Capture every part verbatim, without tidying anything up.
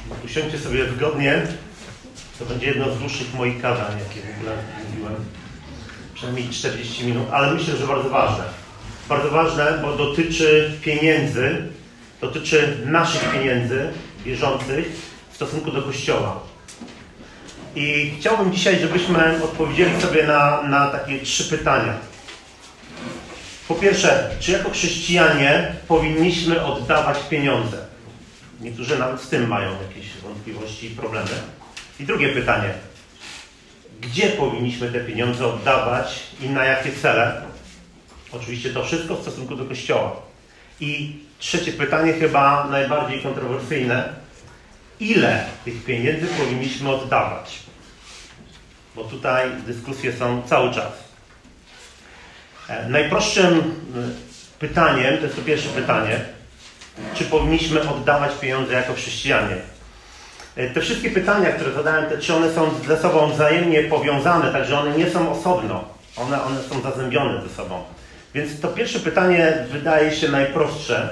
Usiądźcie sobie wygodnie. To będzie jedno z dłuższych moich kazań, jakie w ogóle mówiłem. Przynajmniej czterdzieści minut, ale myślę, że bardzo ważne. Bardzo ważne, bo dotyczy pieniędzy, dotyczy naszych pieniędzy bieżących w stosunku do Kościoła. I chciałbym dzisiaj, żebyśmy odpowiedzieli sobie na, na takie trzy pytania. Po pierwsze, czy jako chrześcijanie powinniśmy oddawać pieniądze? Niektórzy nawet z tym mają jakieś wątpliwości i problemy. I drugie pytanie. Gdzie powinniśmy te pieniądze oddawać i na jakie cele? Oczywiście to wszystko w stosunku do Kościoła. I trzecie pytanie, chyba najbardziej kontrowersyjne. Ile tych pieniędzy powinniśmy oddawać? Bo tutaj dyskusje są cały czas. Najprostszym pytaniem, to jest to pierwsze pytanie, czy powinniśmy oddawać pieniądze jako chrześcijanie? Te wszystkie pytania, które zadałem, te, czy one są ze sobą wzajemnie powiązane, także one nie są osobno, one, one są zazębione ze sobą. Więc to pierwsze pytanie wydaje się najprostsze,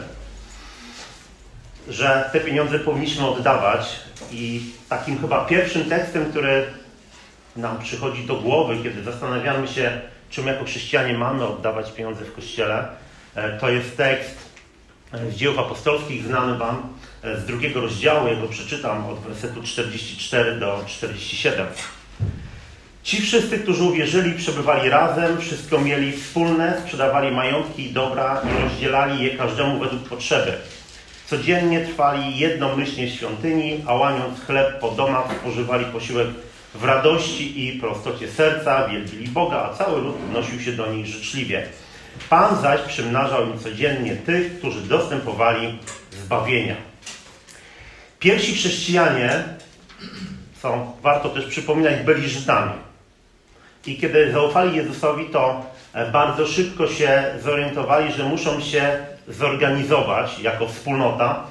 że te pieniądze powinniśmy oddawać i takim chyba pierwszym tekstem, który nam przychodzi do głowy, kiedy zastanawiamy się, czym jako chrześcijanie mamy oddawać pieniądze w Kościele, to jest tekst z Dziejów Apostolskich, znany Wam, z drugiego rozdziału, ja go przeczytam od wersetu czterdzieści cztery do czterdzieści siedem. Ci wszyscy, którzy uwierzyli, przebywali razem, wszystko mieli wspólne, sprzedawali majątki i dobra i rozdzielali je każdemu według potrzeby. Codziennie trwali jednomyślnie w świątyni, a łamiąc chleb po domach, spożywali posiłek w radości i prostocie serca, wielbili Boga, a cały lud odnosił się do nich życzliwie. Pan zaś przymnażał im codziennie tych, którzy dostępowali zbawienia. Pierwsi chrześcijanie, co warto też przypominać, byli Żydami. I kiedy zaufali Jezusowi, to bardzo szybko się zorientowali, że muszą się zorganizować jako wspólnota,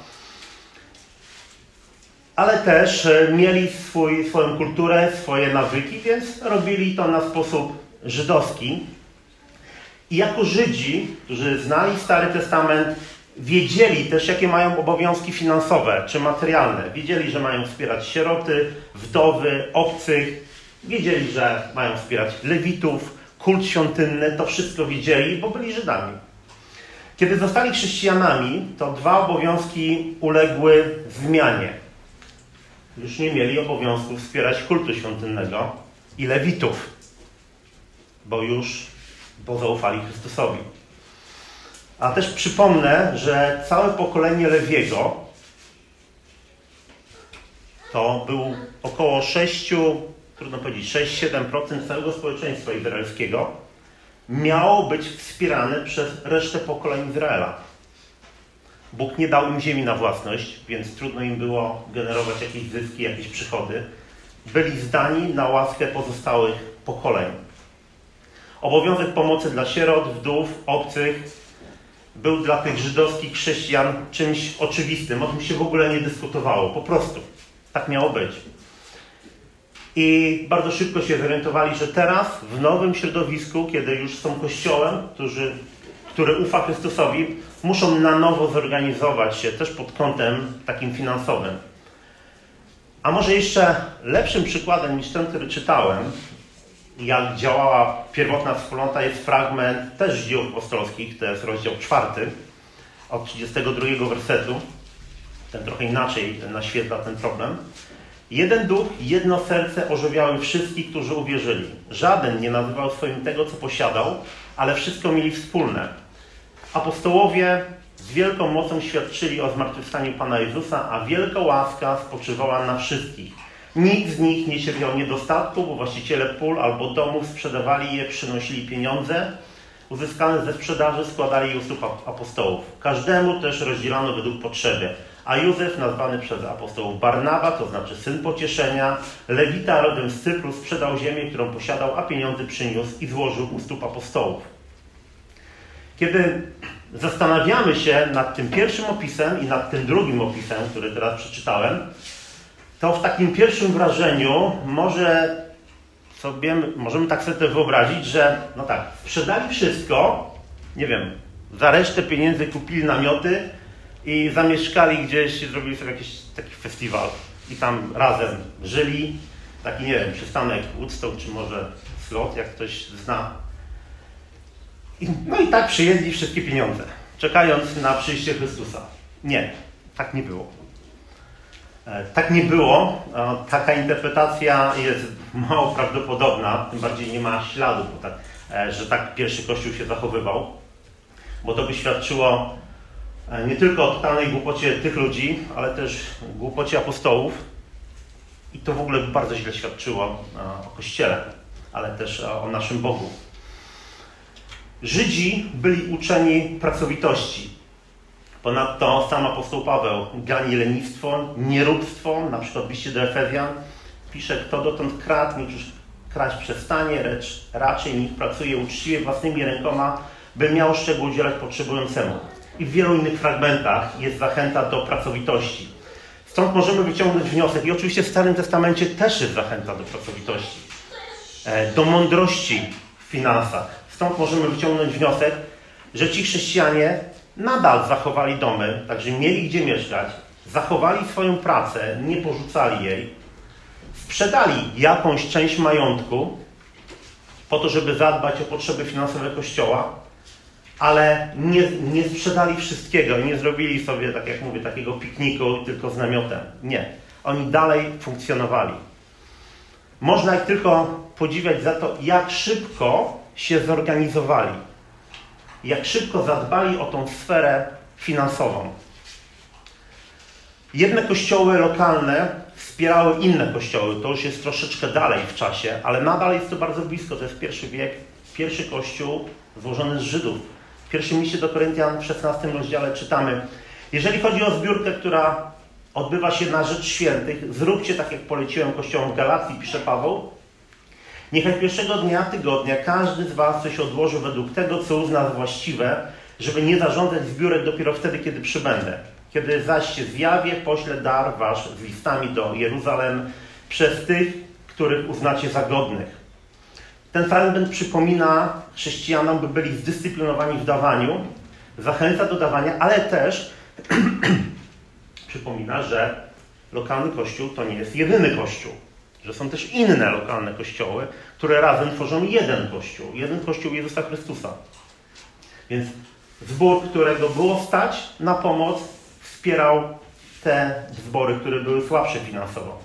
ale też mieli swój, swoją kulturę, swoje nawyki, więc robili to na sposób żydowski. I jako Żydzi, którzy znali Stary Testament, wiedzieli też, jakie mają obowiązki finansowe czy materialne. Wiedzieli, że mają wspierać sieroty, wdowy, obcych. Wiedzieli, że mają wspierać lewitów, kult świątynny. To wszystko wiedzieli, bo byli Żydami. Kiedy zostali chrześcijanami, to dwa obowiązki uległy zmianie. Już nie mieli obowiązku wspierać kultu świątynnego i lewitów, bo już bo zaufali Chrystusowi. A też przypomnę, że całe pokolenie Lewiego to był około sześć, trudno powiedzieć, sześć do siedem procent całego społeczeństwa izraelskiego miało być wspierane przez resztę pokoleń Izraela. Bóg nie dał im ziemi na własność, więc trudno im było generować jakieś zyski, jakieś przychody. Byli zdani na łaskę pozostałych pokoleń. Obowiązek pomocy dla sierot, wdów, obcych był dla tych żydowskich chrześcijan czymś oczywistym. O tym się w ogóle nie dyskutowało. Po prostu. Tak miało być. I bardzo szybko się zorientowali, że teraz w nowym środowisku, kiedy już są kościołem, którzy, który ufa Chrystusowi, muszą na nowo zorganizować się też pod kątem takim finansowym. A może jeszcze lepszym przykładem niż ten, który czytałem, jak działała pierwotna wspólnota, jest fragment też z Dzieł Apostolskich, to jest rozdział czwarty, od trzydziestego drugiego wersetu. Ten trochę inaczej naświetla ten problem. Jeden duch, jedno serce ożywiały wszystkich, którzy uwierzyli. Żaden nie nazywał swoim tego, co posiadał, ale wszystko mieli wspólne. Apostołowie z wielką mocą świadczyli o zmartwychwstaniu Pana Jezusa, a wielka łaska spoczywała na wszystkich. Nikt z nich nie cierpiał niedostatku, bo właściciele pól albo domów sprzedawali je, przynosili pieniądze uzyskane ze sprzedaży, składali je u stóp apostołów. Każdemu też rozdzielano według potrzeby. A Józef, nazwany przez apostołów Barnaba, to znaczy syn pocieszenia, Lewita rodem z Cypru, sprzedał ziemię, którą posiadał, a pieniądze przyniósł i złożył u stóp apostołów. Kiedy zastanawiamy się nad tym pierwszym opisem i nad tym drugim opisem, który teraz przeczytałem, to w takim pierwszym wrażeniu może sobie, możemy tak sobie wyobrazić, że no tak, sprzedali wszystko, nie wiem, za resztę pieniędzy kupili namioty i zamieszkali gdzieś i zrobili sobie jakiś taki festiwal. i tam razem żyli. Taki, nie wiem, przystanek Woodstock, czy może Slot, jak ktoś zna. I, no i tak przyjęli wszystkie pieniądze, czekając na przyjście Chrystusa. Nie, tak nie było. E, tak nie było. E, taka interpretacja jest mało prawdopodobna, tym bardziej nie ma śladu, bo tak, e, że tak pierwszy Kościół się zachowywał. Bo to by świadczyło e, nie tylko o totalnej głupocie tych ludzi, ale też głupocie apostołów. I to w ogóle bardzo źle świadczyło e, o Kościele, ale też e, o naszym Bogu. Żydzi byli uczeni pracowitości. Ponadto sam apostoł Paweł gani lenistwo, nieróbstwo, na przykład w liście do Efezjan pisze, kto dotąd kradł, niech już kraść przestanie, lecz raczej niech pracuje uczciwie własnymi rękoma, by miał z czego udzielać potrzebującemu. I w wielu innych fragmentach jest zachęta do pracowitości. Stąd możemy wyciągnąć wniosek, i oczywiście w Starym Testamencie też jest zachęta do pracowitości, do mądrości w finansach. Stąd możemy wyciągnąć wniosek, że ci chrześcijanie nadal zachowali domy, także mieli gdzie mieszkać, zachowali swoją pracę, nie porzucali jej, sprzedali jakąś część majątku po to, żeby zadbać o potrzeby finansowe Kościoła, ale nie, nie sprzedali wszystkiego i nie zrobili sobie, tak jak mówię, takiego pikniku tylko z namiotem. Nie. Oni dalej funkcjonowali. Można ich tylko podziwiać za to, jak szybko się zorganizowali. Jak szybko zadbali o tą sferę finansową. Jedne kościoły lokalne wspierały inne kościoły. To już jest troszeczkę dalej w czasie, ale nadal jest to bardzo blisko. To jest pierwszy wiek, pierwszy kościół złożony z Żydów. W pierwszym liście do Koryntian w szesnastym rozdziale czytamy: jeżeli chodzi o zbiórkę, która odbywa się na rzecz świętych, zróbcie tak, jak poleciłem kościołom w Galacji, pisze Paweł. Niechaj pierwszego dnia tygodnia każdy z was coś odłoży według tego, co uzna za właściwe, żeby nie zarządzać zbiórek dopiero wtedy, kiedy przybędę. Kiedy zaś się zjawię, poślę dar wasz z listami do Jeruzalem przez tych, których uznacie za godnych. Ten fragment przypomina chrześcijanom, by byli zdyscyplinowani w dawaniu, zachęca do dawania, ale też przypomina, że lokalny kościół to nie jest jedyny kościół. Że są też inne lokalne kościoły, które razem tworzą jeden kościół. Jeden kościół Jezusa Chrystusa. Więc zbór, którego było stać na pomoc, wspierał te zbory, które były słabsze finansowo.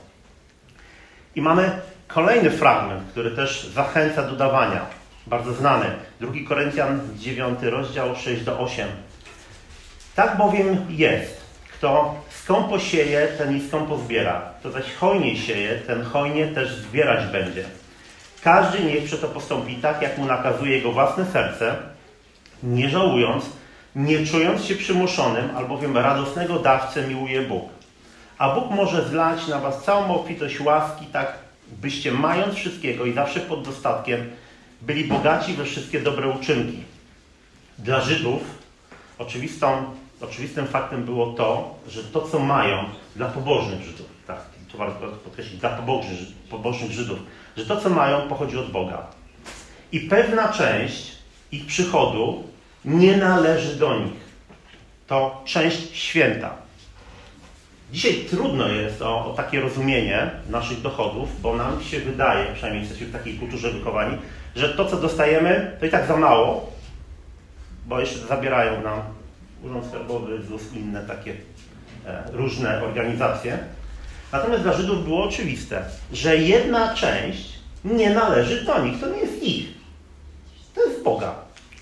I mamy kolejny fragment, który też zachęca do dawania. Bardzo znany. drugi Koryntian, dziewiąty rozdział, sześć do ósmego. Tak bowiem jest. Kto skąpo sieje, ten i skąpo zbiera. Kto zaś hojnie sieje, ten hojnie też zbierać będzie. Każdy niech przeto postąpi tak, jak mu nakazuje jego własne serce, nie żałując, nie czując się przymuszonym, albowiem radosnego dawcę miłuje Bóg. A Bóg może zlać na was całą obfitość łaski, tak byście mając wszystkiego i zawsze pod dostatkiem, byli bogaci we wszystkie dobre uczynki. Dla Żydów oczywistą Oczywistym faktem było to, że to, co mają dla pobożnych Żydów, tak, to warto podkreślić, dla pobożnych, pobożnych Żydów, że to, co mają, pochodzi od Boga. I pewna część ich przychodu nie należy do nich. To część święta. Dzisiaj trudno jest o, o takie rozumienie naszych dochodów, bo nam się wydaje, przynajmniej jesteśmy w takiej kulturze wychowani, że to, co dostajemy, to i tak za mało, bo jeszcze zabierają nam Urząd Skarbowy, Z U S i inne takie e, różne organizacje. Natomiast dla Żydów było oczywiste, że jedna część nie należy do nich. To nie jest ich. To jest Boga.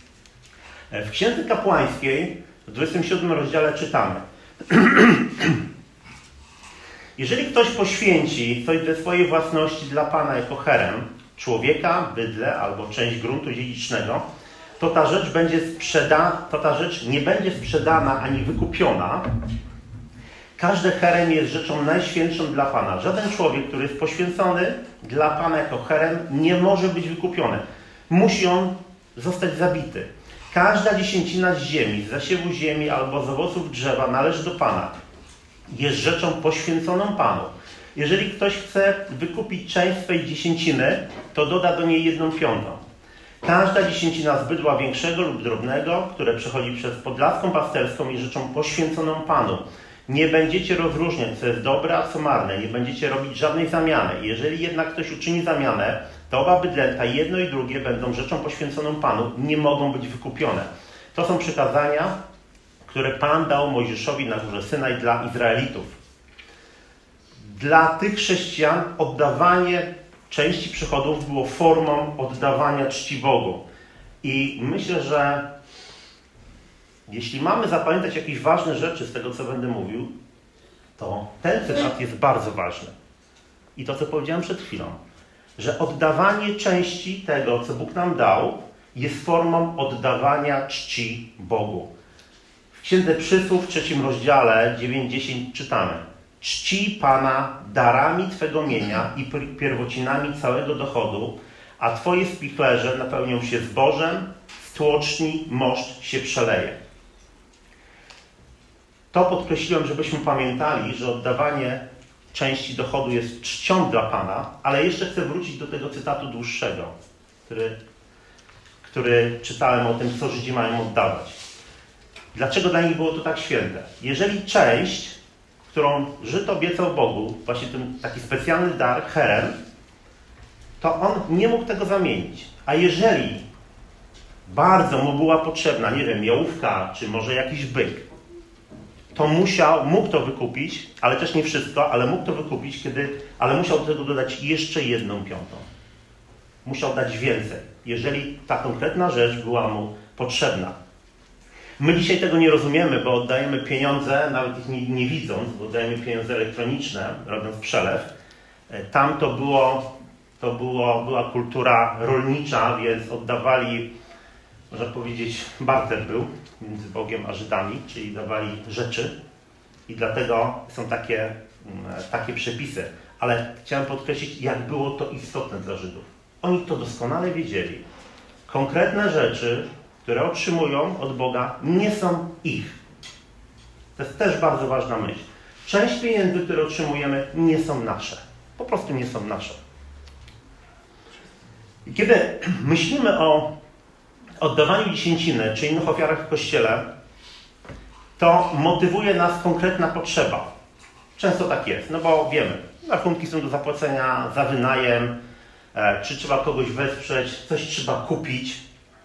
E, w Księdze Kapłańskiej w dwudziestym siódmym rozdziale czytamy: jeżeli ktoś poświęci coś ze swojej własności dla Pana jako herem, człowieka, bydlę albo część gruntu dziedzicznego, to ta rzecz będzie sprzedana, to ta rzecz nie będzie sprzedana ani wykupiona. Każde herem jest rzeczą najświętszą dla Pana. Żaden człowiek, który jest poświęcony dla Pana jako herem, nie może być wykupiony. Musi on zostać zabity. Każda dziesięcina z ziemi, z zasiewu ziemi albo z owoców drzewa należy do Pana. Jest rzeczą poświęconą Panu. Jeżeli ktoś chce wykupić część swej dziesięciny, to doda do niej jedną piątą. Każda dziesięcina z bydła większego lub drobnego, które przechodzi przez podlaską pasterską, jest rzeczą poświęconą Panu. Nie będziecie rozróżniać, co jest dobre, a co marne. Nie będziecie robić żadnej zamiany. Jeżeli jednak ktoś uczyni zamianę, to oba bydlęta, jedno i drugie, będą rzeczą poświęconą Panu, nie mogą być wykupione. To są przykazania, które Pan dał Mojżeszowi na górze Synaj dla Izraelitów. Dla tych chrześcijan oddawanie części przychodów było formą oddawania czci Bogu. I myślę, że jeśli mamy zapamiętać jakieś ważne rzeczy z tego, co będę mówił, to ten cytat jest bardzo ważny. I to, co powiedziałem przed chwilą, że oddawanie części tego, co Bóg nam dał, jest formą oddawania czci Bogu. W Księdze Przysłów w trzecim rozdziale dziewięć dziesięć czytamy: czci Pana darami Twego mienia i pierwocinami całego dochodu, a Twoje spichlerze napełnią się zbożem, z tłoczni moszcz się przeleje. To podkreśliłem, żebyśmy pamiętali, że oddawanie części dochodu jest czcią dla Pana, ale jeszcze chcę wrócić do tego cytatu dłuższego, który, który czytałem o tym, co Żydzi mają oddawać. Dlaczego dla nich było to tak święte? Jeżeli część, którą Żyd obiecał Bogu, właśnie ten taki specjalny dar, herem, to on nie mógł tego zamienić. A jeżeli bardzo mu była potrzebna, nie wiem, jałówka, czy może jakiś byk, to musiał, mógł to wykupić, ale też nie wszystko, ale mógł to wykupić, kiedy, ale musiał do tego dodać jeszcze jedną piątą. Musiał dać więcej, jeżeli ta konkretna rzecz była mu potrzebna. My dzisiaj tego nie rozumiemy, bo oddajemy pieniądze, nawet ich nie, nie widząc, bo oddajemy pieniądze elektroniczne, robiąc przelew. Tam to było, to było, była kultura rolnicza, więc oddawali, można powiedzieć, barter był między Bogiem a Żydami, czyli dawali rzeczy i dlatego są takie, takie przepisy. Ale chciałem podkreślić, jak było to istotne dla Żydów. Oni to doskonale wiedzieli. Konkretne rzeczy, które otrzymują od Boga, nie są ich. To jest też bardzo ważna myśl. Część pieniędzy, które otrzymujemy, nie są nasze. Po prostu nie są nasze. I kiedy myślimy o oddawaniu dziesięciny czy innych ofiarach w Kościele, to motywuje nas konkretna potrzeba. Często tak jest, no bo wiemy, rachunki są do zapłacenia za wynajem, czy trzeba kogoś wesprzeć, coś trzeba kupić.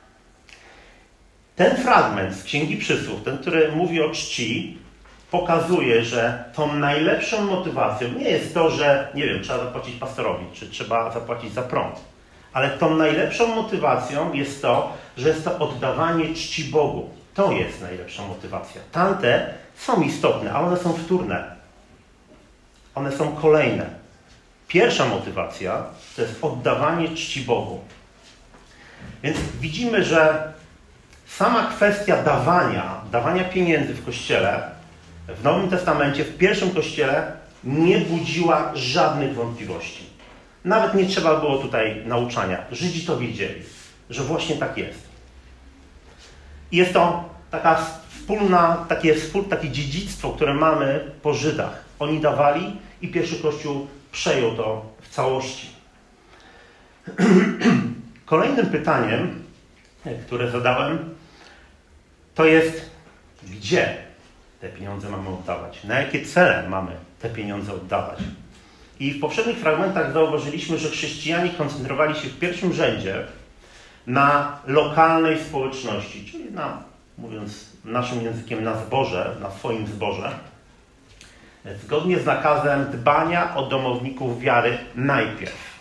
Ten fragment z Księgi Przysłów, ten, który mówi o czci, pokazuje, że tą najlepszą motywacją nie jest to, że, nie wiem, trzeba zapłacić pastorowi, czy trzeba zapłacić za prąd. Ale tą najlepszą motywacją jest to, że jest to oddawanie czci Bogu. To jest najlepsza motywacja. Tamte są istotne, a one są wtórne. One są kolejne. Pierwsza motywacja to jest oddawanie czci Bogu. Więc widzimy, że sama kwestia dawania, dawania pieniędzy w Kościele, w Nowym Testamencie, w pierwszym Kościele nie budziła żadnych wątpliwości. Nawet nie trzeba było tutaj nauczania. Żydzi to wiedzieli, że właśnie tak jest. I jest to taka wspólna, takie, takie dziedzictwo, które mamy po Żydach. Oni dawali i pierwszy Kościół przejął to w całości. Kolejnym pytaniem, które zadałem, to jest, gdzie te pieniądze mamy oddawać? Na jakie cele mamy te pieniądze oddawać? I w poprzednich fragmentach zauważyliśmy, że chrześcijanie koncentrowali się w pierwszym rzędzie na lokalnej społeczności, czyli na, mówiąc naszym językiem, na zborze, na swoim zborze, zgodnie z nakazem dbania o domowników wiary najpierw.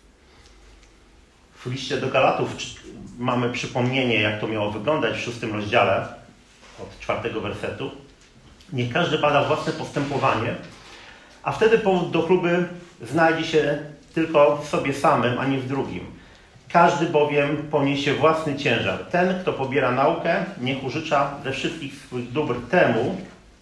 W liście do Galatów mamy przypomnienie, jak to miało wyglądać w szóstym rozdziale, od czwartego wersetu. Niech każdy bada własne postępowanie, a wtedy powód do chluby znajdzie się tylko w sobie samym, a nie w drugim. Każdy bowiem poniesie własny ciężar. Ten, kto pobiera naukę, niech użycza ze wszystkich swych dóbr temu,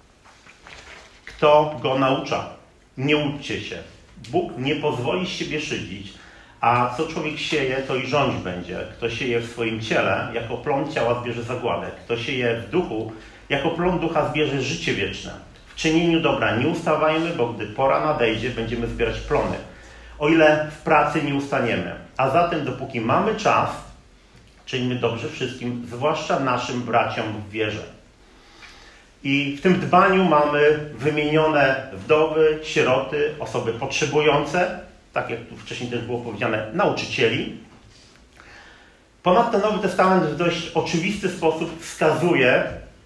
kto go naucza. Nie łudźcie się. Bóg nie pozwoli z siebie szydzić, a co człowiek sieje, to i rządź będzie. Kto sieje w swoim ciele, jako plon ciała zbierze zagładę. Kto sieje w duchu, jako plon ducha zbierze życie wieczne. W czynieniu dobra nie ustawajmy, bo gdy pora nadejdzie, będziemy zbierać plony. O ile w pracy nie ustaniemy. A zatem, dopóki mamy czas, czyńmy dobrze wszystkim, zwłaszcza naszym braciom w wierze. I w tym dbaniu mamy wymienione wdowy, sieroty, osoby potrzebujące, tak jak tu wcześniej też było powiedziane, nauczycieli. Ponadto Nowy Testament w dość oczywisty sposób wskazuje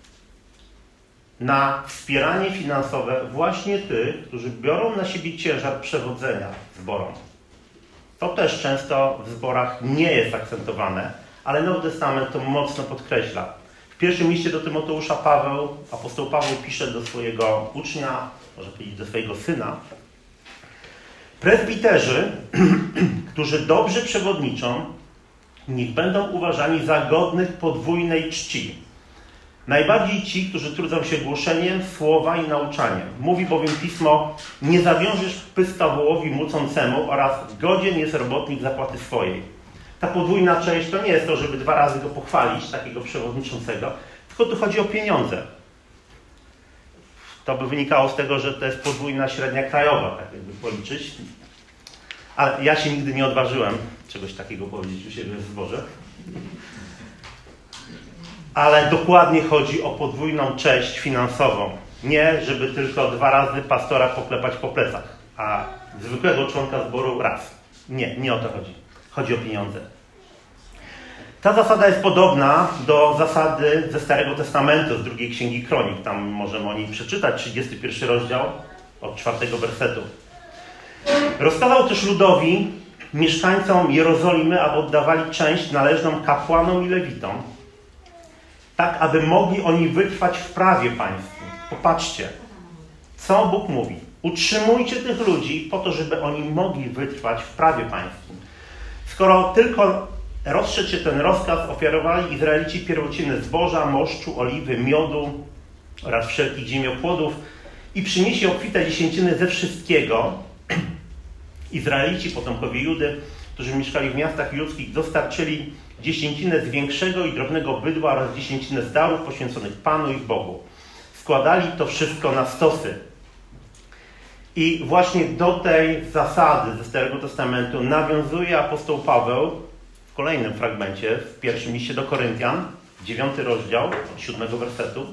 na wspieranie finansowe właśnie tych, którzy biorą na siebie ciężar przewodzenia zborom. To też często w zborach nie jest akcentowane, ale Nowy Testament to mocno podkreśla. W pierwszym liście do Tymoteusza Paweł, apostoł Paweł pisze do swojego ucznia, może powiedzieć do swojego syna: prezbiterzy, którzy dobrze przewodniczą, niech będą uważani za godnych podwójnej czci. Najbardziej ci, którzy trudzą się głoszeniem słowa i nauczaniem. Mówi bowiem Pismo: nie zawiążesz pyska wołowi mucącemu oraz godzien jest robotnik zapłaty swojej. Ta podwójna część to nie jest to, żeby dwa razy go pochwalić, takiego przewodniczącego, tylko tu chodzi o pieniądze. To by wynikało z tego, że to jest podwójna średnia krajowa, tak jakby policzyć. Ale ja się nigdy nie odważyłem czegoś takiego powiedzieć u siebie w zborze. Ale dokładnie chodzi o podwójną część finansową. Nie, żeby tylko dwa razy pastora poklepać po plecach, a zwykłego członka zboru raz. Nie, nie o to chodzi. Chodzi o pieniądze. Ta zasada jest podobna do zasady ze Starego Testamentu, z drugiej Księgi Kronik. Tam możemy o niej przeczytać, trzydziesty pierwszy rozdział, od czwartego wersetu. Rozkazał też ludowi, mieszkańcom Jerozolimy, aby oddawali część należną kapłanom i lewitom, tak aby mogli oni wytrwać w prawie pańskim. Popatrzcie, co Bóg mówi. Utrzymujcie tych ludzi po to, żeby oni mogli wytrwać w prawie pańskim. Skoro tylko rozszedł się ten rozkaz, ofiarowali Izraelici pierwociny zboża, moszczu, oliwy, miodu oraz wszelkich ziemiopłodów i przynieśli obfite dziesięciny ze wszystkiego. Izraelici, potomkowie Judy, którzy mieszkali w miastach judzkich, dostarczyli dziesięcinę z większego i drobnego bydła oraz dziesięcinę z darów poświęconych Panu i Bogu. Składali to wszystko na stosy. I właśnie do tej zasady ze Starego Testamentu nawiązuje apostoł Paweł w kolejnym fragmencie, w pierwszym liście do Koryntian, dziewiąty rozdział, od siódmego wersetu.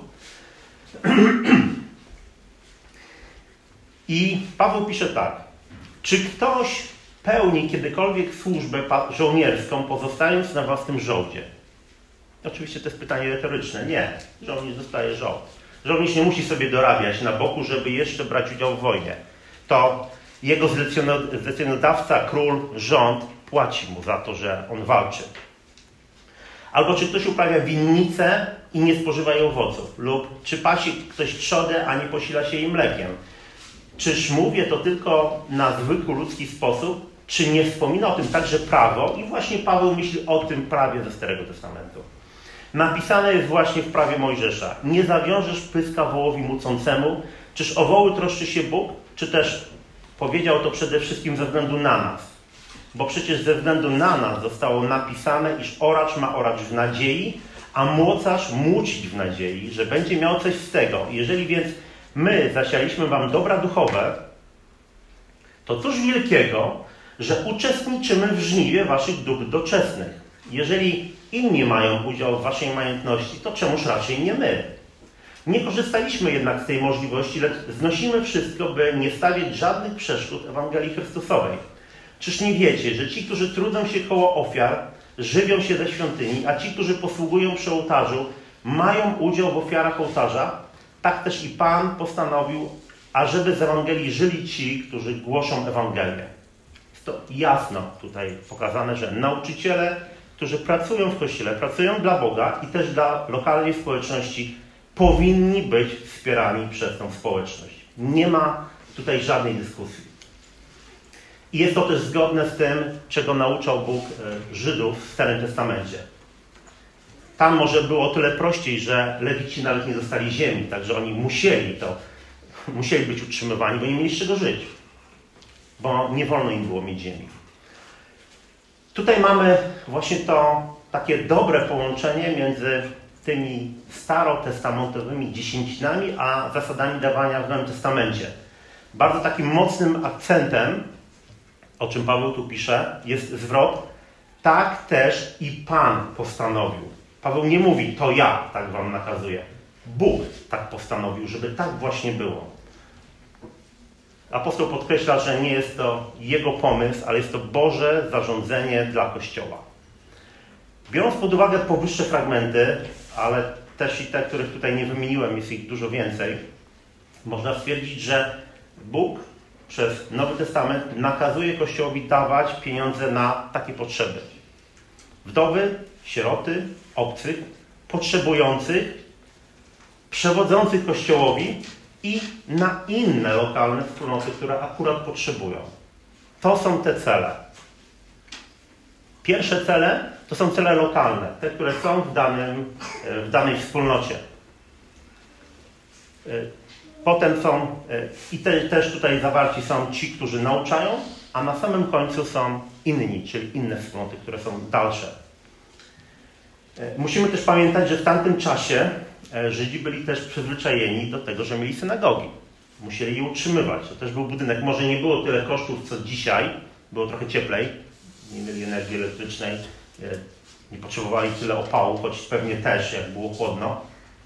I Paweł pisze tak: czy ktoś pełni kiedykolwiek służbę żołnierską, pozostając na własnym żołdzie? Oczywiście to jest pytanie retoryczne. Nie. Żołnierz dostaje żołd. Żołnierz nie musi sobie dorabiać na boku, żeby jeszcze brać udział w wojnie. To jego zleceniodawca, król, rząd płaci mu za to, że on walczy. Albo czy ktoś uprawia winnicę i nie spożywa jej owoców, lub czy pasi ktoś trzodę, a nie posila się jej mlekiem. Czyż mówię to tylko na zwykły ludzki sposób, czy nie wspomina o tym także prawo? I właśnie Paweł myśli o tym prawie ze Starego Testamentu. Napisane jest właśnie w prawie Mojżesza: nie zawiążesz pyska wołowi mucącemu. Czyż o woły troszczy się Bóg? Czy też powiedział to przede wszystkim ze względu na nas? Bo przecież ze względu na nas zostało napisane, iż oracz ma orać w nadziei, a młocarz młócić w nadziei, że będzie miał coś z tego. Jeżeli więc my zasialiśmy wam dobra duchowe, to cóż wielkiego, że uczestniczymy w żniwie waszych dóbr doczesnych. Jeżeli inni mają udział w waszej majątności, to czemuż raczej nie my? Nie korzystaliśmy jednak z tej możliwości, lecz znosimy wszystko, by nie stawiać żadnych przeszkód Ewangelii Chrystusowej. Czyż nie wiecie, że ci, którzy trudzą się koło ofiar, żywią się ze świątyni, a ci, którzy posługują przy ołtarzu, mają udział w ofiarach ołtarza? Tak też i Pan postanowił, ażeby z Ewangelii żyli ci, którzy głoszą Ewangelię. Jest to jasno tutaj pokazane, że nauczyciele, którzy pracują w Kościele, pracują dla Boga i też dla lokalnej społeczności, powinni być wspierani przez tą społeczność. Nie ma tutaj żadnej dyskusji. I jest to też zgodne z tym, czego nauczał Bóg Żydów w Starym Testamencie. Tam może było o tyle prościej, że Lewici nawet nie dostali ziemi, także oni musieli to, musieli być utrzymywani, bo nie mieli z czego żyć. Bo nie wolno im było mieć ziemi. Tutaj mamy właśnie to takie dobre połączenie między tymi starotestamentowymi dziesięcinami, a zasadami dawania w Nowym Testamencie. Bardzo takim mocnym akcentem, o czym Paweł tu pisze, jest zwrot: tak też i Pan postanowił. Paweł nie mówi: to ja tak wam nakazuję. Bóg tak postanowił, żeby tak właśnie było. Apostoł podkreśla, że nie jest to jego pomysł, ale jest to Boże zarządzenie dla Kościoła. Biorąc pod uwagę powyższe fragmenty, ale też i te, których tutaj nie wymieniłem, jest ich dużo więcej, można stwierdzić, że Bóg przez Nowy Testament nakazuje Kościołowi dawać pieniądze na takie potrzeby. Wdowy, sieroty, obcych, potrzebujących, przewodzących Kościołowi i na inne lokalne wspólnoty, które akurat potrzebują. To są te cele. Pierwsze cele to są cele lokalne, te, które są w, danym, w danej wspólnocie. Potem są, i te, też tutaj zawarci są ci, którzy nauczają, a na samym końcu są inni, czyli inne wspólnoty, które są dalsze. Musimy też pamiętać, że w tamtym czasie Żydzi byli też przyzwyczajeni do tego, że mieli synagogi. Musieli je utrzymywać. To też był budynek. Może nie było tyle kosztów, co dzisiaj. Było trochę cieplej. Nie mieli energii elektrycznej. Nie potrzebowali tyle opału, choć pewnie też, jak było chłodno.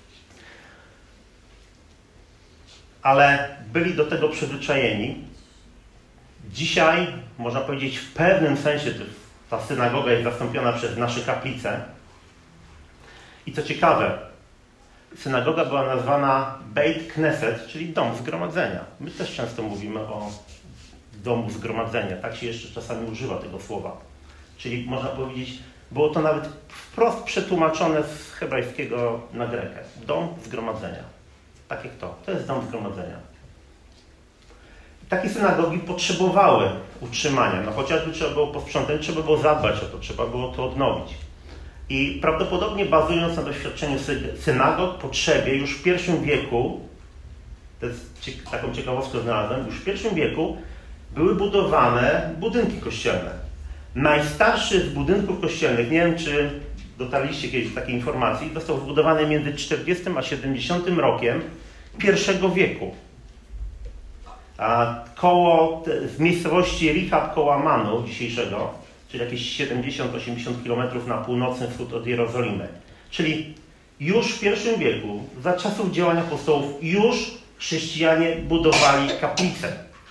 Ale byli do tego przyzwyczajeni. Dzisiaj, można powiedzieć, w pewnym sensie ta synagoga jest zastąpiona przez nasze kaplice. I co ciekawe, synagoga była nazwana Beit Knesset, czyli dom zgromadzenia. My też często mówimy o domu zgromadzenia. Tak się jeszcze czasami używa tego słowa. Czyli można powiedzieć, było to nawet wprost przetłumaczone z hebrajskiego na grekę. Dom zgromadzenia. Tak jak to. To jest dom zgromadzenia. Takie synagogi potrzebowały utrzymania. No chociażby trzeba było posprzątać, trzeba było zadbać o to, trzeba było to odnowić. I prawdopodobnie bazując na doświadczeniu synagog, potrzebie już w pierwszym wieku, to jest, taką ciekawostkę znalazłem, już w pierwszym wieku były budowane budynki kościelne. Najstarszy z budynków kościelnych, nie wiem czy dotarliście kiedyś do takiej informacji, został zbudowany między czterdziestym a siedemdziesiątym rokiem pierwszego wieku. A koło, w miejscowości Richab koło Amanu dzisiejszego, czyli jakieś siedemdziesiąt do osiemdziesięciu kilometrów na północny wschód od Jerozolimy. Czyli już w pierwszym wieku, za czasów działania apostołów, już chrześcijanie budowali kaplice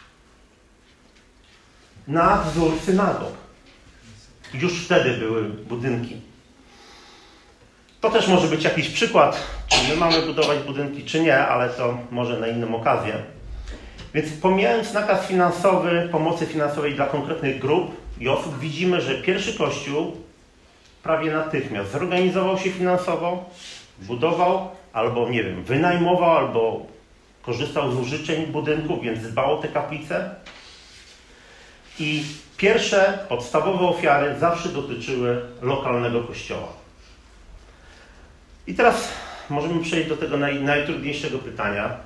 na wzór synagog. Już wtedy były budynki. To też może być jakiś przykład, czy my mamy budować budynki, czy nie, ale to może na inną okazję. Więc pomijając nakaz finansowy, pomocy finansowej dla konkretnych grup i osób, widzimy, że pierwszy Kościół prawie natychmiast zorganizował się finansowo, budował, albo nie wiem, wynajmował, albo korzystał z użyczeń budynków, więc dbał o te kaplice. I pierwsze podstawowe ofiary zawsze dotyczyły lokalnego kościoła. I teraz możemy przejść do tego naj, najtrudniejszego pytania.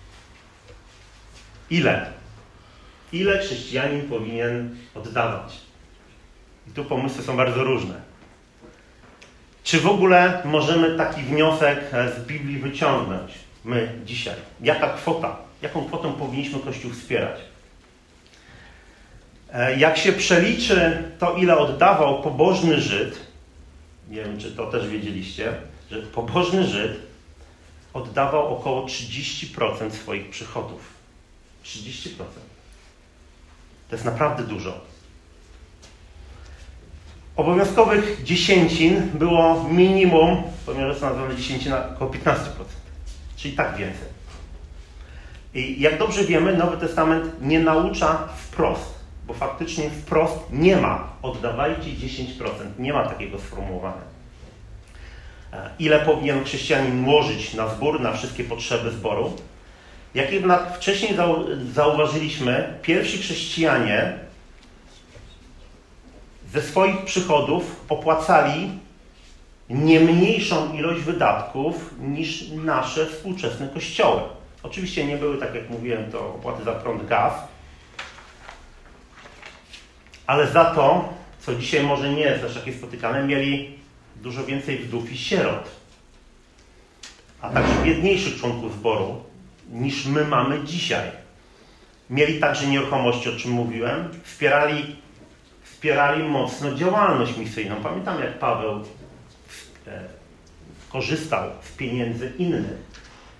Ile? Ile chrześcijanin powinien oddawać? I tu pomysły są bardzo różne. Czy w ogóle możemy taki wniosek z Biblii wyciągnąć? My dzisiaj. Jaka kwota? Jaką kwotą powinniśmy Kościół wspierać? Jak się przeliczy to, ile oddawał pobożny Żyd, nie wiem, czy to też wiedzieliście, że pobożny Żyd oddawał około trzydzieści procent swoich przychodów. trzydzieści procent. To jest naprawdę dużo. Obowiązkowych dziesięcin było minimum, ponieważ jest nazwane dziesięcina, około piętnaście procent. Czyli tak więcej. I jak dobrze wiemy, Nowy Testament nie naucza wprost, bo faktycznie wprost nie ma oddawajcie dziesięć procent. Nie ma takiego sformułowania. Ile powinien chrześcijanin włożyć na zbór, na wszystkie potrzeby zboru? Jak jednak wcześniej zauważyliśmy, pierwsi chrześcijanie ze swoich przychodów opłacali nie mniejszą ilość wydatków niż nasze współczesne kościoły. Oczywiście nie były, tak jak mówiłem, to opłaty za prąd, gaz, ale za to, co dzisiaj może nie jest aż takie spotykane, mieli dużo więcej wdów i sierot, a także biedniejszych członków zboru, niż my mamy dzisiaj. Mieli także nieruchomości, o czym mówiłem, wspierali, wspierali mocno działalność misyjną. Pamiętam, jak Paweł e, korzystał z pieniędzy innych.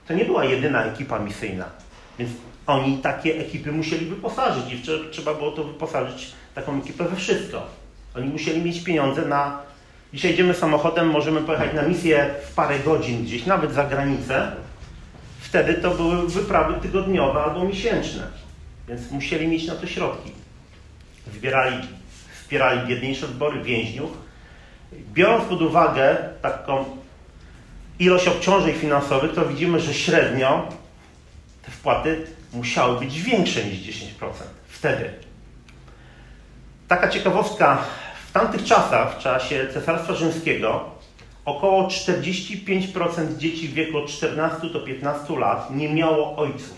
To nie była jedyna ekipa misyjna, więc oni takie ekipy musieli wyposażyć i trzeba było to wyposażyć taką ekipę we wszystko. Oni musieli mieć pieniądze na... Dzisiaj jedziemy samochodem, możemy pojechać na misję w parę godzin gdzieś, nawet za granicę. Wtedy to były wyprawy tygodniowe albo miesięczne, więc musieli mieć na to środki. Zbierali, wspierali biedniejsze zbory więźniów. Biorąc pod uwagę taką ilość obciążeń finansowych, to widzimy, że średnio te wpłaty musiały być większe niż dziesięć procent. Wtedy. Taka ciekawostka, w tamtych czasach, w czasie Cesarstwa Rzymskiego, około czterdzieści pięć procent dzieci w wieku od czternastu do piętnastu lat nie miało ojców.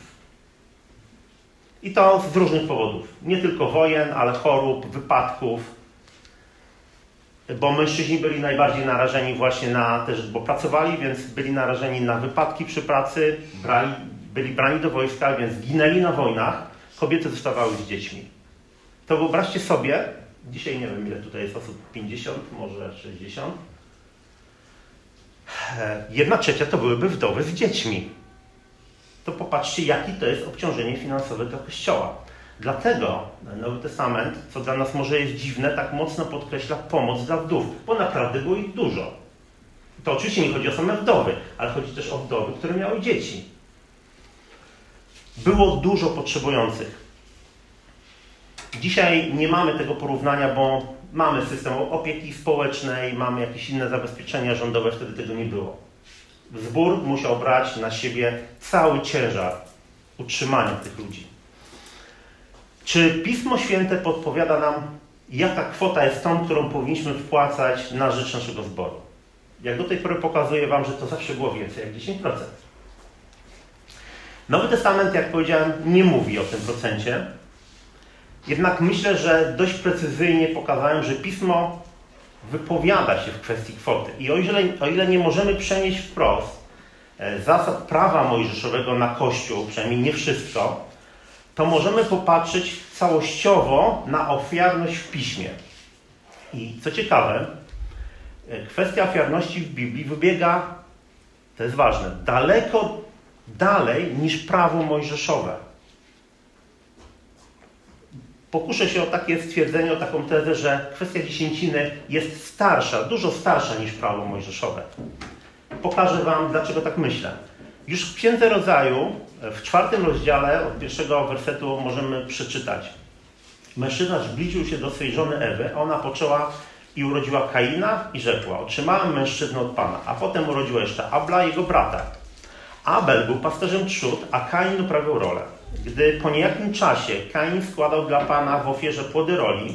I to z różnych powodów. Nie tylko wojen, ale chorób, wypadków. Bo mężczyźni byli najbardziej narażeni właśnie na też, bo pracowali, więc byli narażeni na wypadki przy pracy, brali, byli brani do wojska, więc ginęli na wojnach. Kobiety zostawały z dziećmi. To wyobraźcie sobie, dzisiaj nie wiem ile tutaj jest osób, pięćdziesiąt, może sześćdziesiąt. Jedna trzecia to byłyby wdowy z dziećmi. To popatrzcie, jakie to jest obciążenie finansowe dla Kościoła. Dlatego Nowy Testament, co dla nas może jest dziwne, tak mocno podkreśla pomoc dla wdów, bo naprawdę było ich dużo. To oczywiście nie chodzi o same wdowy, ale chodzi też o wdowy, które miały dzieci. Było dużo potrzebujących. Dzisiaj nie mamy tego porównania, bo mamy system opieki społecznej, mamy jakieś inne zabezpieczenia rządowe, wtedy tego nie było. Zbór musiał brać na siebie cały ciężar utrzymania tych ludzi. Czy Pismo Święte podpowiada nam, jaka kwota jest tą, którą powinniśmy wpłacać na rzecz naszego zboru? Jak do tej pory pokazuję wam, że to zawsze było więcej jak dziesięć procent. Nowy Testament, jak powiedziałem, nie mówi o tym procencie. Jednak myślę, że dość precyzyjnie pokazałem, że Pismo wypowiada się w kwestii kwoty. I o ile, o ile nie możemy przenieść wprost zasad prawa mojżeszowego na Kościół, przynajmniej nie wszystko, to możemy popatrzeć całościowo na ofiarność w Piśmie. I co ciekawe, kwestia ofiarności w Biblii wybiega, to jest ważne, daleko dalej niż prawo mojżeszowe. Pokuszę się o takie stwierdzenie, o taką tezę, że kwestia dziesięciny jest starsza, dużo starsza niż prawo mojżeszowe. Pokażę wam, dlaczego tak myślę. Już w Księdze Rodzaju, w czwartym rozdziale, od pierwszego wersetu możemy przeczytać. Mężczyzna zbliżył się do swej żony Ewy, a ona poczęła i urodziła Kaina i rzekła: otrzymałem mężczyznę od Pana, a potem urodziła jeszcze Abla, jego brata. Abel był pasterzem trzód, a Kain uprawiał rolę. Gdy po niejakim czasie Kain składał dla Pana w ofierze płody roli,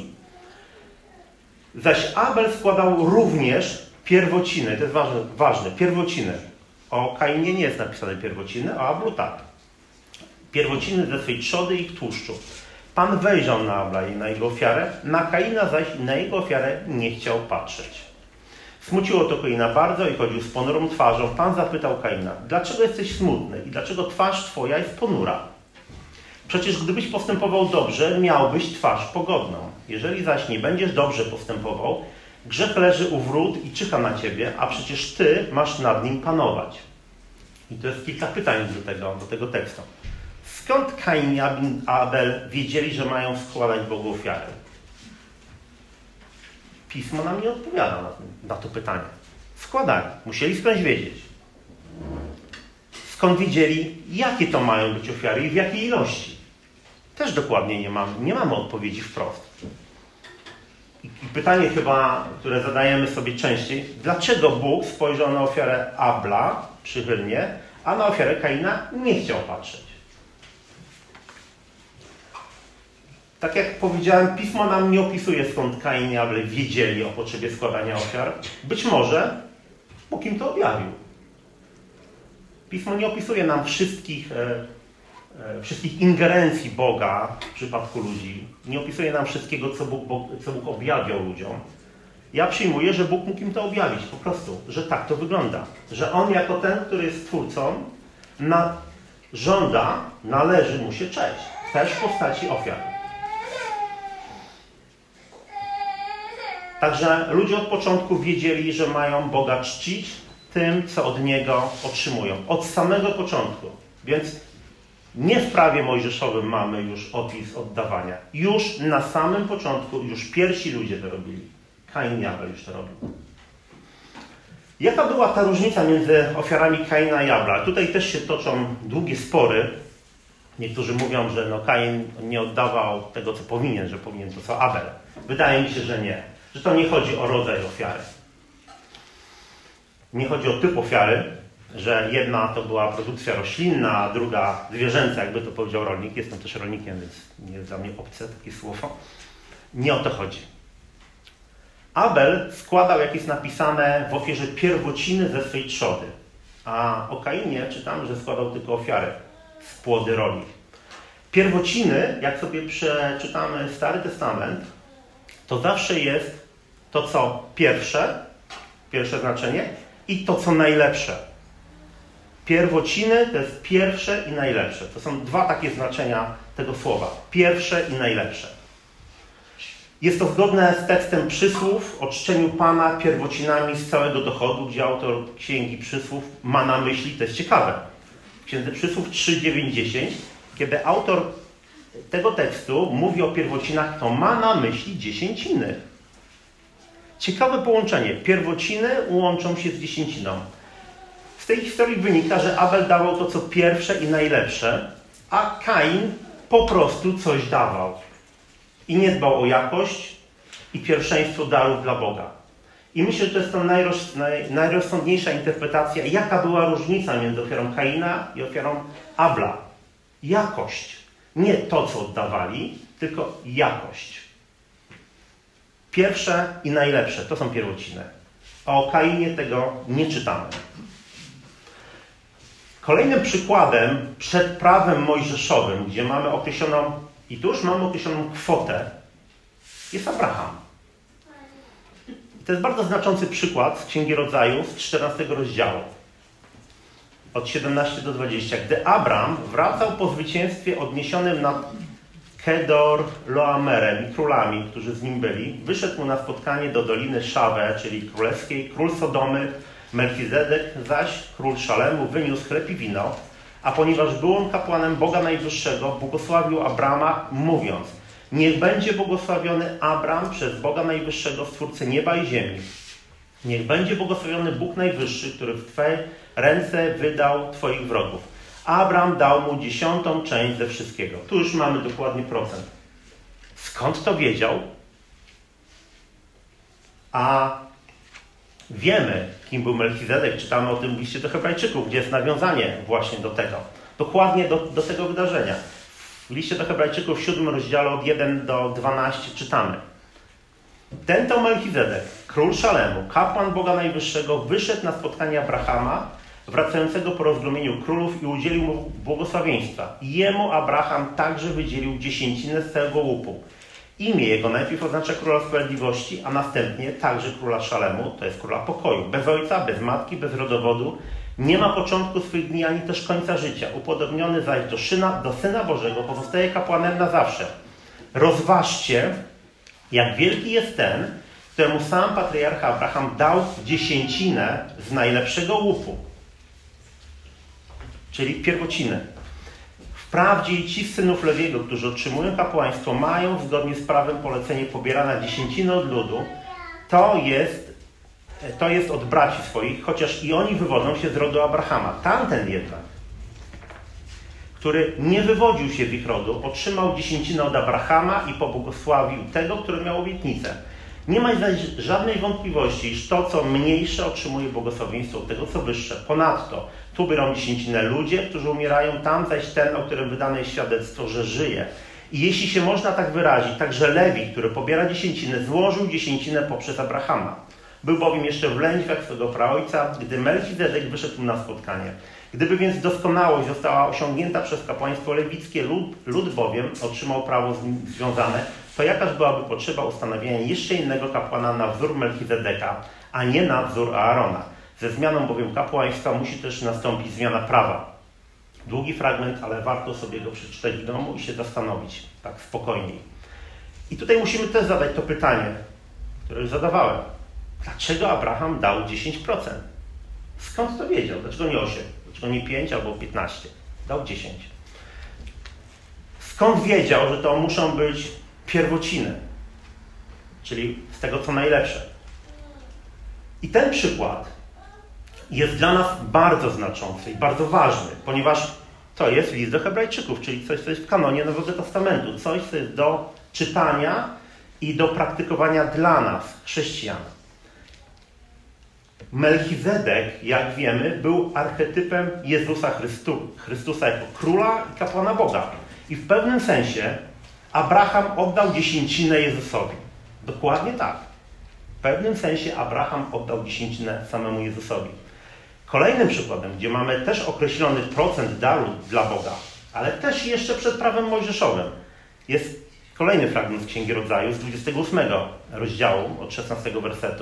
zaś Abel składał również pierwociny. To jest ważne, ważne pierwociny. O Kainie nie jest napisane pierwociny, a Ablu tak. Pierwociny ze swej trzody i ich tłuszczu. Pan wejrzał na Abla i na jego ofiarę, na Kaina zaś i na jego ofiarę nie chciał patrzeć. Smuciło to Kaina bardzo i chodził z ponurą twarzą. Pan zapytał Kaina: dlaczego jesteś smutny i dlaczego twarz twoja jest ponura? Przecież gdybyś postępował dobrze, miałbyś twarz pogodną. Jeżeli zaś nie będziesz dobrze postępował, grzech leży u wrót i czyha na ciebie, a przecież ty masz nad nim panować. I to jest kilka pytań do tego, do tego tekstu. Skąd Kain i Abel wiedzieli, że mają składać Bogu ofiarę? Pismo nam nie odpowiada na, na to pytanie. Składali. Musieli skądś wiedzieć. Skąd wiedzieli, jakie to mają być ofiary i w jakiej ilości? Też dokładnie nie mamy, nie mamy odpowiedzi wprost. I, I pytanie chyba, które zadajemy sobie częściej: dlaczego Bóg spojrzał na ofiarę Abla przychylnie, a na ofiarę Kaina nie chciał patrzeć? Tak jak powiedziałem, Pismo nam nie opisuje, skąd Kain i Abel wiedzieli o potrzebie składania ofiar. Być może Bóg im to objawił. Pismo nie opisuje nam wszystkich, e, e, wszystkich ingerencji Boga w przypadku ludzi. Nie opisuje nam wszystkiego, co Bóg, Bóg, co Bóg objawiał ludziom. Ja przyjmuję, że Bóg mógł im to objawić po prostu, że tak to wygląda. Że On jako ten, który jest Stwórcą, na, żąda, należy Mu się cześć. Też w postaci ofiar. Także ludzie od początku wiedzieli, że mają Boga czcić tym, co od niego otrzymują. Od samego początku. Więc nie w prawie mojżeszowym mamy już opis oddawania. Już na samym początku, już pierwsi ludzie to robili. Kain i Abel już to robił. Jaka była ta różnica między ofiarami Kaina i Abla? Tutaj też się toczą długie spory. Niektórzy mówią, że no Kain nie oddawał tego, co powinien, że powinien to, co Abel. Wydaje mi się, że nie. Że to nie chodzi o rodzaj ofiary. Nie chodzi o typ ofiary, że jedna to była produkcja roślinna, a druga zwierzęca, jakby to powiedział rolnik. Jestem też rolnikiem, więc nie jest dla mnie obce takie słowo. Nie o to chodzi. Abel składał, jak jest napisane, w ofierze pierwociny ze swej trzody. A o Kainie czytamy, że składał tylko ofiary z płody roli. Pierwociny, jak sobie przeczytamy Stary Testament, to zawsze jest to, co pierwsze, pierwsze znaczenie, i to, co najlepsze. Pierwociny to jest pierwsze i najlepsze. To są dwa takie znaczenia tego słowa. Pierwsze i najlepsze. Jest to zgodne z tekstem Przysłów o czczeniu Pana pierwocinami z całego dochodu, gdzie autor Księgi Przysłów ma na myśli, to jest ciekawe, w Księdze Przysłów trzy, dziewięć, dziesięć, kiedy autor tego tekstu mówi o pierwocinach, to ma na myśli dziesięciny. Ciekawe połączenie. Pierwociny łączą się z dziesięciną. Z tej historii wynika, że Abel dawał to, co pierwsze i najlepsze, a Kain po prostu coś dawał. I nie dbał o jakość i pierwszeństwo darów dla Boga. I myślę, że to jest to najroz, naj, najrozsądniejsza interpretacja, jaka była różnica między ofiarą Kaina i ofiarą Abla. Jakość. Nie to, co oddawali, tylko jakość. Pierwsze i najlepsze to są pierwociny. A o Kainie tego nie czytamy. Kolejnym przykładem przed prawem mojżeszowym, gdzie mamy określoną, i tu już mamy określoną kwotę, jest Abraham. To jest bardzo znaczący przykład z Księgi Rodzaju z czternastego rozdziału. Od siedemnastego do dwudziestego. Gdy Abram wracał po zwycięstwie odniesionym nad Kedor Loamerem i królami, którzy z nim byli, wyszedł mu na spotkanie do Doliny Szawę, czyli królewskiej, król Sodomy, Melchizedek zaś, król Szalemu, wyniósł chleb i wino, a ponieważ był on kapłanem Boga Najwyższego, błogosławił Abrama, mówiąc: niech będzie błogosławiony Abram przez Boga Najwyższego, Stwórcę nieba i ziemi. Niech będzie błogosławiony Bóg Najwyższy, który w Twej ręce wydał Twoich wrogów. Abram dał mu dziesiątą część ze wszystkiego. Tu już mamy dokładnie procent. Skąd to wiedział? A wiemy, kim był Melchizedek. Czytamy o tym w liście do Hebrajczyków, gdzie jest nawiązanie właśnie do tego. Dokładnie do, do tego wydarzenia. W liście do Hebrajczyków w siódmym rozdziale od pierwszego do dwunastego czytamy: ten to Melchizedek, król Szalemu, kapłan Boga Najwyższego, wyszedł na spotkanie Abrahama, wracającego po rozgromieniu królów, i udzielił mu błogosławieństwa. I jemu Abraham także wydzielił dziesięcinę z całego łupu. Imię jego najpierw oznacza Króla Sprawiedliwości, a następnie także Króla Szalemu, to jest Króla Pokoju. Bez ojca, bez matki, bez rodowodu, nie ma początku swych dni, ani też końca życia. Upodobniony zaś do Syna, do Syna Bożego, pozostaje kapłanem na zawsze. Rozważcie, jak wielki jest ten, któremu sam patriarcha Abraham dał dziesięcinę z najlepszego łupu, czyli pierwociny. Wprawdzie i ci z synów Lewiego, którzy otrzymują kapłaństwo, mają zgodnie z prawem polecenie pobierania dziesięciny od ludu. To jest, to jest od braci swoich, chociaż i oni wywodzą się z rodu Abrahama. Tamten jednak, który nie wywodził się z ich rodu, otrzymał dziesięcinę od Abrahama i pobłogosławił tego, który miał obietnicę. Nie ma zaś żadnej wątpliwości, iż to, co mniejsze, otrzymuje błogosławieństwo od tego, co wyższe. Ponadto tu biorą dziesięcinę ludzie, którzy umierają, tam zaś ten, o którym wydane jest świadectwo, że żyje. I jeśli się można tak wyrazić, także Lewi, który pobiera dziesięcinę, złożył dziesięcinę poprzez Abrahama. Był bowiem jeszcze w lędźwiach swego praojca, gdy Melchizedek wyszedł mu na spotkanie. Gdyby więc doskonałość została osiągnięta przez kapłaństwo lewickie, lud, lud bowiem otrzymał prawo z nim związane, to jakaż byłaby potrzeba ustanowienia jeszcze innego kapłana na wzór Melchizedeka, a nie na wzór Aarona. Ze zmianą bowiem kapłaństwa musi też nastąpić zmiana prawa. Długi fragment, ale warto sobie go przeczytać w domu i się zastanowić tak spokojniej. I tutaj musimy też zadać to pytanie, które już zadawałem. Dlaczego Abraham dał dziesięć procent? Skąd to wiedział? Dlaczego nie osiem? Dlaczego nie pięć albo piętnaście? Dał dziesięć. Skąd wiedział, że to muszą być pierwociny? Czyli z tego, co najlepsze. I ten przykład jest dla nas bardzo znaczący i bardzo ważny, ponieważ to jest list do Hebrajczyków, czyli coś, co jest w kanonie Nowego Testamentu. Coś, co jest do czytania i do praktykowania dla nas, chrześcijan. Melchizedek, jak wiemy, był archetypem Jezusa Chrystu, Chrystusa jako króla i kapłana Boga. I w pewnym sensie Abraham oddał dziesięcinę Jezusowi. Dokładnie tak. W pewnym sensie Abraham oddał dziesięcinę samemu Jezusowi. Kolejnym przykładem, gdzie mamy też określony procent daru dla Boga, ale też jeszcze przed prawem mojżeszowym, jest kolejny fragment z Księgi Rodzaju z dwudziestego ósmego rozdziału od szesnastego wersetu.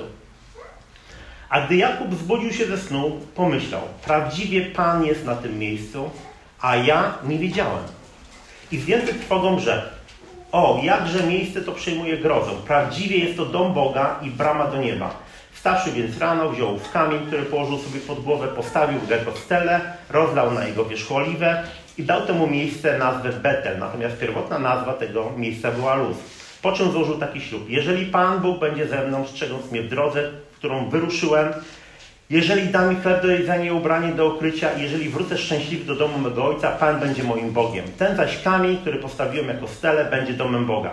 A gdy Jakub zbudził się ze snu, pomyślał, prawdziwie Pan jest na tym miejscu, a ja nie wiedziałem. I zdjęty trwogą rzekł, o, jakże miejsce to przejmuje grozą. Prawdziwie jest to dom Boga i brama do nieba. Wstawszy więc rano, wziął w kamień, który położył sobie pod głowę, postawił w kostele, rozlał na jego wierzchu oliwę i dał temu miejsce nazwę Betel. Natomiast pierwotna nazwa tego miejsca była Luz. Po czym złożył taki ślub. Jeżeli Pan Bóg będzie ze mną, strzegąc mnie w drodze, w którą wyruszyłem, jeżeli da mi chleb do jedzenia i ubranie do ukrycia i jeżeli wrócę szczęśliwy do domu mego ojca, Pan będzie moim Bogiem. Ten zaś kamień, który postawiłem jako stele, będzie domem Boga.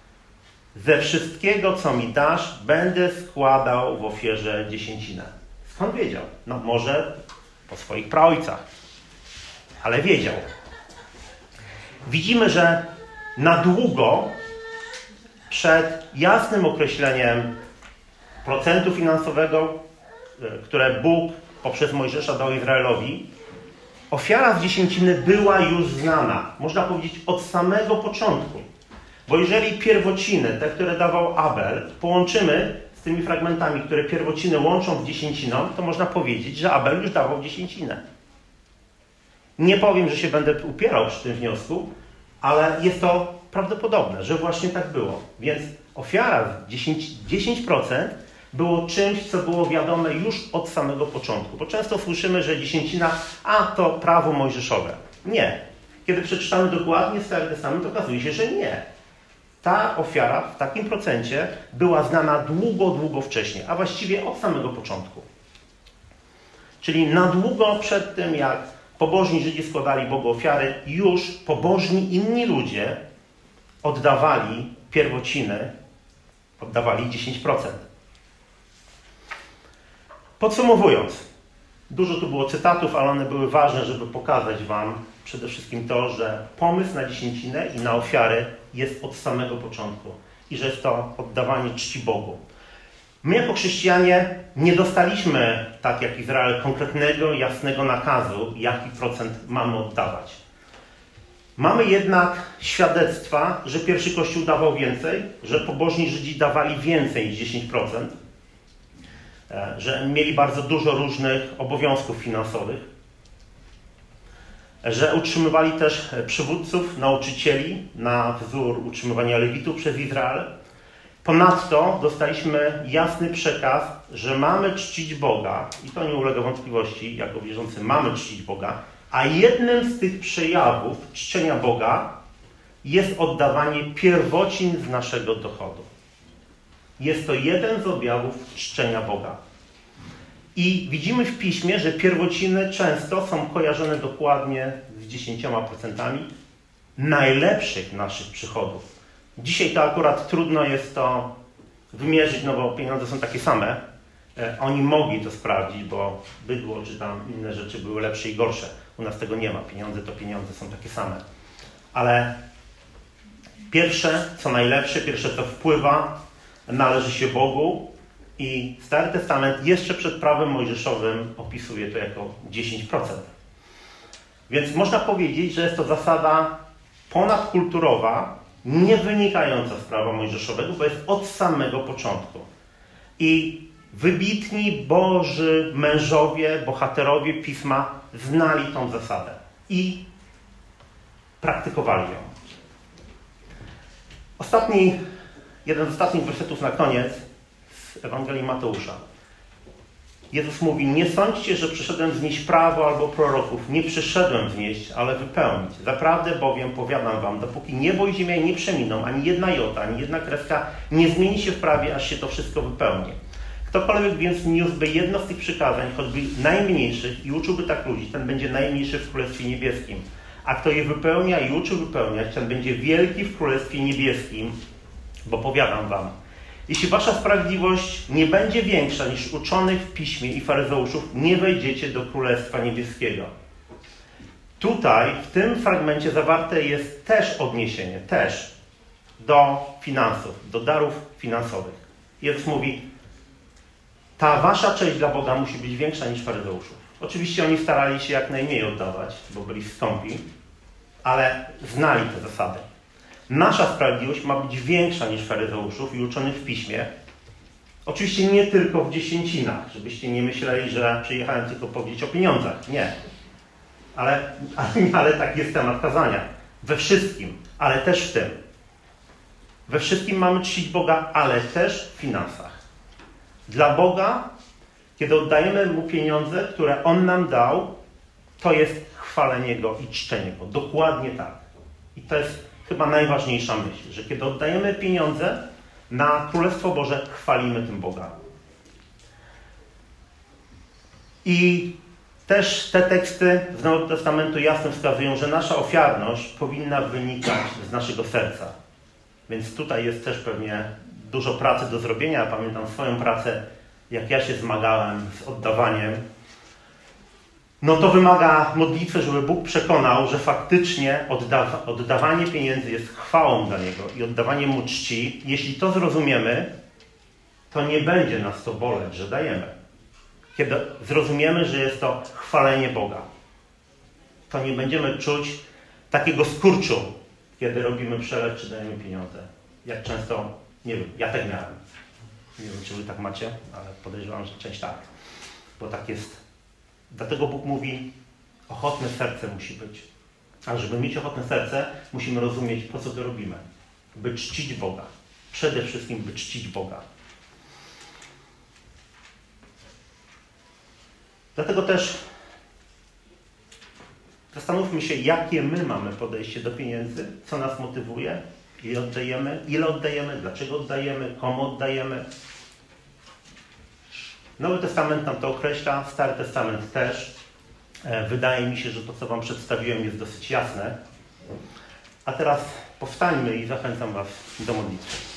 Ze wszystkiego, co mi dasz, będę składał w ofierze dziesięcinę. Skąd wiedział? No może po swoich praojcach. Ale wiedział. Widzimy, że na długo przed jasnym określeniem procentu finansowego, które Bóg poprzez Mojżesza dał Izraelowi, ofiara z dziesięciny była już znana. Można powiedzieć od samego początku. Bo jeżeli pierwociny, te, które dawał Abel, połączymy z tymi fragmentami, które pierwociny łączą z dziesięciną, to można powiedzieć, że Abel już dawał dziesięcinę. Nie powiem, że się będę upierał przy tym wniosku, ale jest to prawdopodobne, że właśnie tak było. Więc ofiara dziesięć procent było czymś, co było wiadome już od samego początku. Bo często słyszymy, że dziesięcina, a to prawo mojżeszowe. Nie. Kiedy przeczytamy dokładnie Stary Testament, okazuje się, że nie. Ta ofiara w takim procencie była znana długo, długo wcześniej, a właściwie od samego początku. Czyli na długo przed tym, jak pobożni Żydzi składali Bogu ofiary, już pobożni inni ludzie oddawali pierwociny, oddawali dziesięć procent. Podsumowując, dużo tu było cytatów, ale one były ważne, żeby pokazać Wam przede wszystkim to, że pomysł na dziesięcinę i na ofiary jest od samego początku i że jest to oddawanie czci Bogu. My jako chrześcijanie nie dostaliśmy, tak jak Izrael, konkretnego, jasnego nakazu, jaki procent mamy oddawać. Mamy jednak świadectwa, że pierwszy Kościół dawał więcej, że pobożni Żydzi dawali więcej niż dziesięć procent, że mieli bardzo dużo różnych obowiązków finansowych, że utrzymywali też przywódców, nauczycieli na wzór utrzymywania Lewitów przez Izrael. Ponadto dostaliśmy jasny przekaz, że mamy czcić Boga, i to nie ulega wątpliwości, jako wierzący mamy czcić Boga, a jednym z tych przejawów czczenia Boga jest oddawanie pierwocin z naszego dochodu. Jest to jeden z objawów czczenia Boga. I widzimy w Piśmie, że pierwociny często są kojarzone dokładnie z dziesięcioma procentami najlepszych naszych przychodów. Dzisiaj to akurat trudno jest to wymierzyć, no bo pieniądze są takie same. Oni mogli to sprawdzić, bo bydło czy tam inne rzeczy były lepsze i gorsze. U nas tego nie ma. Pieniądze to pieniądze są takie same. Ale pierwsze, co najlepsze, pierwsze, co wpływa, należy się Bogu i Stary Testament jeszcze przed prawem mojżeszowym opisuje to jako dziesięć procent. Więc można powiedzieć, że jest to zasada ponadkulturowa, nie wynikająca z prawa mojżeszowego, bo jest od samego początku. I wybitni Boży mężowie, bohaterowie Pisma znali tą zasadę i praktykowali ją. Ostatni, jeden z ostatnich wersetów na koniec z Ewangelii Mateusza. Jezus mówi, nie sądźcie, że przyszedłem znieść prawo albo proroków. Nie przyszedłem znieść, ale wypełnić. Zaprawdę bowiem, powiadam wam, dopóki niebo i ziemia nie przeminą, ani jedna jota, ani jedna kreska nie zmieni się w prawie, aż się to wszystko wypełni. Ktokolwiek więc niósłby jedno z tych przykazań, choćby najmniejszych, i uczyłby tak ludzi, ten będzie najmniejszy w Królestwie Niebieskim. A kto je wypełnia i uczy wypełniać, ten będzie wielki w Królestwie Niebieskim. Bo powiadam wam, jeśli wasza sprawiedliwość nie będzie większa niż uczonych w piśmie i faryzeuszów, nie wejdziecie do Królestwa Niebieskiego. Tutaj, w tym fragmencie zawarte jest też odniesienie, też do finansów, do darów finansowych. Jezus mówi, ta wasza cześć dla Boga musi być większa niż faryzeuszów. Oczywiście oni starali się jak najmniej oddawać, bo byli skąpi, ale znali te zasady. Nasza sprawiedliwość ma być większa niż faryzeuszów i uczonych w piśmie. Oczywiście nie tylko w dziesięcinach, żebyście nie myśleli, że przyjechałem tylko powiedzieć o pieniądzach. Nie. Ale, ale, ale tak jest temat kazania. We wszystkim, ale też w tym. We wszystkim mamy czcić Boga, ale też w finansach. Dla Boga, kiedy oddajemy Mu pieniądze, które On nam dał, to jest chwalenie Go i czczenie Go. Dokładnie tak. I to jest chyba najważniejsza myśl, że kiedy oddajemy pieniądze na Królestwo Boże, chwalimy tym Boga. I też te teksty z Nowego Testamentu jasno wskazują, że nasza ofiarność powinna wynikać z naszego serca. Więc tutaj jest też pewnie dużo pracy do zrobienia. Ja pamiętam swoją pracę, jak ja się zmagałem z oddawaniem. No to wymaga modlitwy, żeby Bóg przekonał, że faktycznie odda- oddawanie pieniędzy jest chwałą dla Niego i oddawanie Mu czci. Jeśli to zrozumiemy, to nie będzie nas to boleć, że dajemy. Kiedy zrozumiemy, że jest to chwalenie Boga, to nie będziemy czuć takiego skurczu, kiedy robimy przelew czy dajemy pieniądze. Jak często, nie wiem, ja tak miałem. Nie wiem, czy wy tak macie, ale podejrzewam, że część tak. Bo tak jest. Dlatego Bóg mówi, ochotne serce musi być. A żeby mieć ochotne serce, musimy rozumieć, po co to robimy. By czcić Boga. Przede wszystkim, by czcić Boga. Dlatego też zastanówmy się, jakie my mamy podejście do pieniędzy, co nas motywuje, ile oddajemy, ile oddajemy, dlaczego oddajemy, komu oddajemy. Nowy Testament nam to określa, Stary Testament też. Wydaje mi się, że to, co wam przedstawiłem, jest dosyć jasne. A teraz powstańmy i zachęcam was do modlitwy.